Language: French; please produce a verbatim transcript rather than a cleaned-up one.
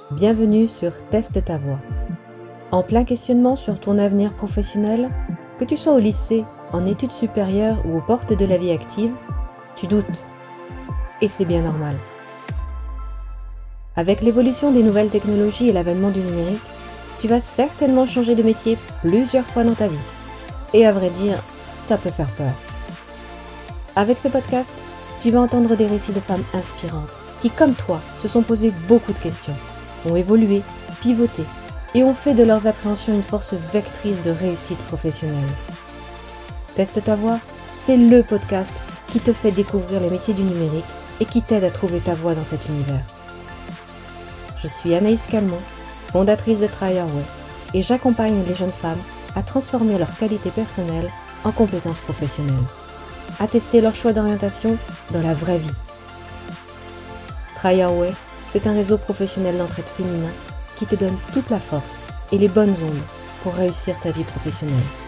Bienvenue sur Teste ta voix. En plein questionnement sur ton avenir professionnel, que tu sois au lycée, en études supérieures ou aux portes de la vie active, tu doutes. Et c'est bien normal. Avec l'évolution des nouvelles technologies et l'avènement du numérique, tu vas certainement changer de métier plusieurs fois dans ta vie. Et à vrai dire, ça peut faire peur. Avec ce podcast, tu vas entendre des récits de femmes inspirantes qui, comme toi, se sont posées beaucoup de questions, ont évolué, pivoté et ont fait de leurs appréhensions une force vectrice de réussite professionnelle. Teste ta voix, c'est le podcast qui te fait découvrir les métiers du numérique et qui t'aide à trouver ta voie dans cet univers. Je suis Anaïs Calmont, fondatrice de Try Your Way, et j'accompagne les jeunes femmes à transformer leurs qualités personnelles en compétences professionnelles, à tester leur choix d'orientation dans la vraie vie. Try Your Way, c'est un réseau professionnel d'entraide féminin qui te donne toute la force et les bonnes ondes pour réussir ta vie professionnelle.